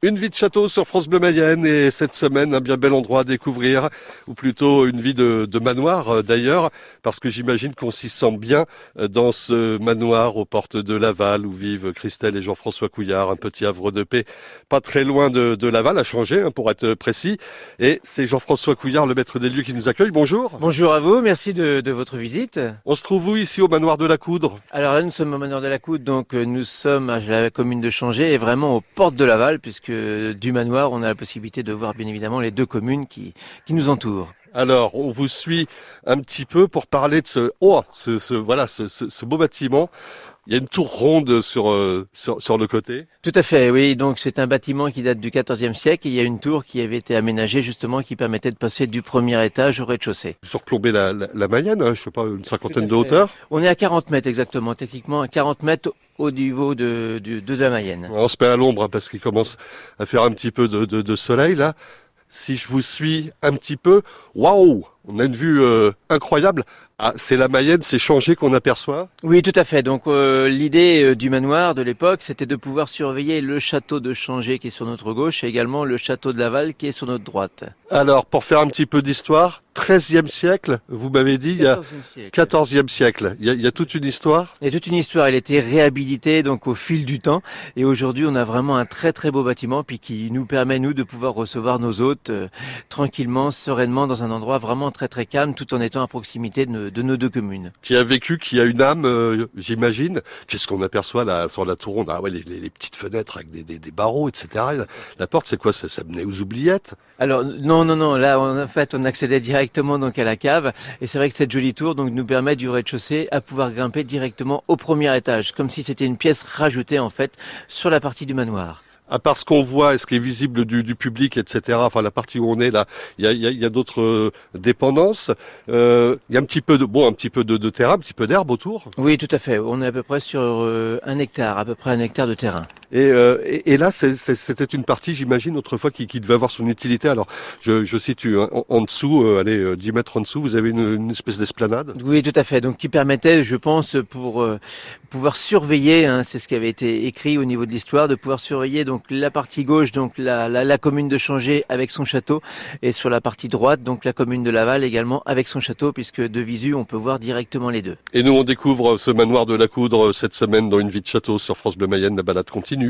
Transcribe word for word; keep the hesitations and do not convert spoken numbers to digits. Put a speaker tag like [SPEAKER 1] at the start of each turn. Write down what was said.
[SPEAKER 1] Une vie de château sur France Bleu Mayenne et cette semaine un bien bel endroit à découvrir, ou plutôt une vie de, de manoir d'ailleurs, parce que j'imagine qu'on s'y sent bien dans ce manoir aux portes de Laval où vivent Christelle et Jean-François Couillard, un petit havre de paix pas très loin de, de Laval, à Changé hein, pour être précis. Et c'est Jean-François Couillard, le maître des lieux, qui nous accueille. Bonjour.
[SPEAKER 2] Bonjour à vous, merci de, de votre visite.
[SPEAKER 1] On se trouve où ici au manoir de la Coudre?
[SPEAKER 2] Alors là nous sommes au manoir de la Coudre, donc nous sommes à la commune de Changé et vraiment aux portes de Laval, puisque du manoir, on a la possibilité de voir bien évidemment les deux communes qui, qui nous entourent.
[SPEAKER 1] Alors, on vous suit un petit peu pour parler de ce, oh, ce, ce voilà, ce, ce, ce beau bâtiment. Il y a une tour ronde sur, euh, sur, sur le côté.
[SPEAKER 2] Tout à fait, oui. Donc c'est un bâtiment qui date du quatorzième siècle. Et il y a une tour qui avait été aménagée justement qui permettait de passer du premier étage au rez-de-chaussée.
[SPEAKER 1] Surplomber la, la, la Mayenne, hein, je sais pas, une cinquantaine de hauteur.
[SPEAKER 2] On est à quarante mètres exactement, techniquement à quarante mètres au niveau de, de, de la Mayenne.
[SPEAKER 1] On se met à l'ombre hein, parce qu'il commence à faire un petit peu de, de, de soleil là. Si je vous suis un petit peu, waouh, on a une vue euh, incroyable. Ah, c'est la Mayenne, c'est Changé qu'on aperçoit.
[SPEAKER 2] Oui, tout à fait. Donc euh, l'idée euh, du manoir de l'époque, c'était de pouvoir surveiller le château de Changé qui est sur notre gauche et également le château de Laval qui est sur notre droite.
[SPEAKER 1] Alors, pour faire un petit peu d'histoire, treizième siècle, vous m'avez dit, il y a quatorzième siècle. Il y a, il y a toute une histoire.
[SPEAKER 2] Il y a toute une histoire. Elle a été réhabilitée donc au fil du temps et aujourd'hui, on a vraiment un très très beau bâtiment puis qui nous permet nous de pouvoir recevoir nos hôtes euh, tranquillement, sereinement dans un endroit vraiment très très calme, tout en étant à proximité de nos de nos deux communes.
[SPEAKER 1] Qui a vécu, qui a une âme, euh, j'imagine. Qu'est-ce qu'on aperçoit là sur la tour ronde? Ah ouais, les, les, les petites fenêtres avec des, des, des barreaux, et cetera. La, la porte, c'est quoi? Ça, ça menait aux oubliettes?
[SPEAKER 2] Alors non, non, non. Là, en fait, on accédait directement donc à la cave, et c'est vrai que cette jolie tour donc nous permet du rez-de-chaussée à pouvoir grimper directement au premier étage, comme si c'était une pièce rajoutée en fait sur la partie du manoir.
[SPEAKER 1] À part ce qu'on voit et ce qui est visible du, du public, et cetera. Enfin, la partie où on est là, il y a, il y a, il y a d'autres euh, dépendances. Euh, il y a un petit peu de bon, un petit peu de, de terrain, un petit peu d'herbe autour.
[SPEAKER 2] Oui, tout à fait. On est à peu près sur euh, un hectare, à peu près un hectare de terrain.
[SPEAKER 1] Et, euh, et, et là, c'est, c'est, c'était une partie, j'imagine, autrefois qui, qui devait avoir son utilité. Alors, je, je situe hein, en, en dessous, euh, allez, euh, dix mètres en dessous, vous avez une, une espèce d'esplanade.
[SPEAKER 2] Oui, tout à fait. Donc, qui permettait, je pense, pour euh, pouvoir surveiller, hein, c'est ce qui avait été écrit au niveau de l'histoire, de pouvoir surveiller donc la partie gauche, donc la, la, la commune de Changé avec son château, et sur la partie droite, donc la commune de Laval également avec son château, puisque de visu, on peut voir directement les deux.
[SPEAKER 1] Et nous, on découvre ce manoir de la Coudre cette semaine dans Une vie de château sur France Bleu Mayenne. La balade continue.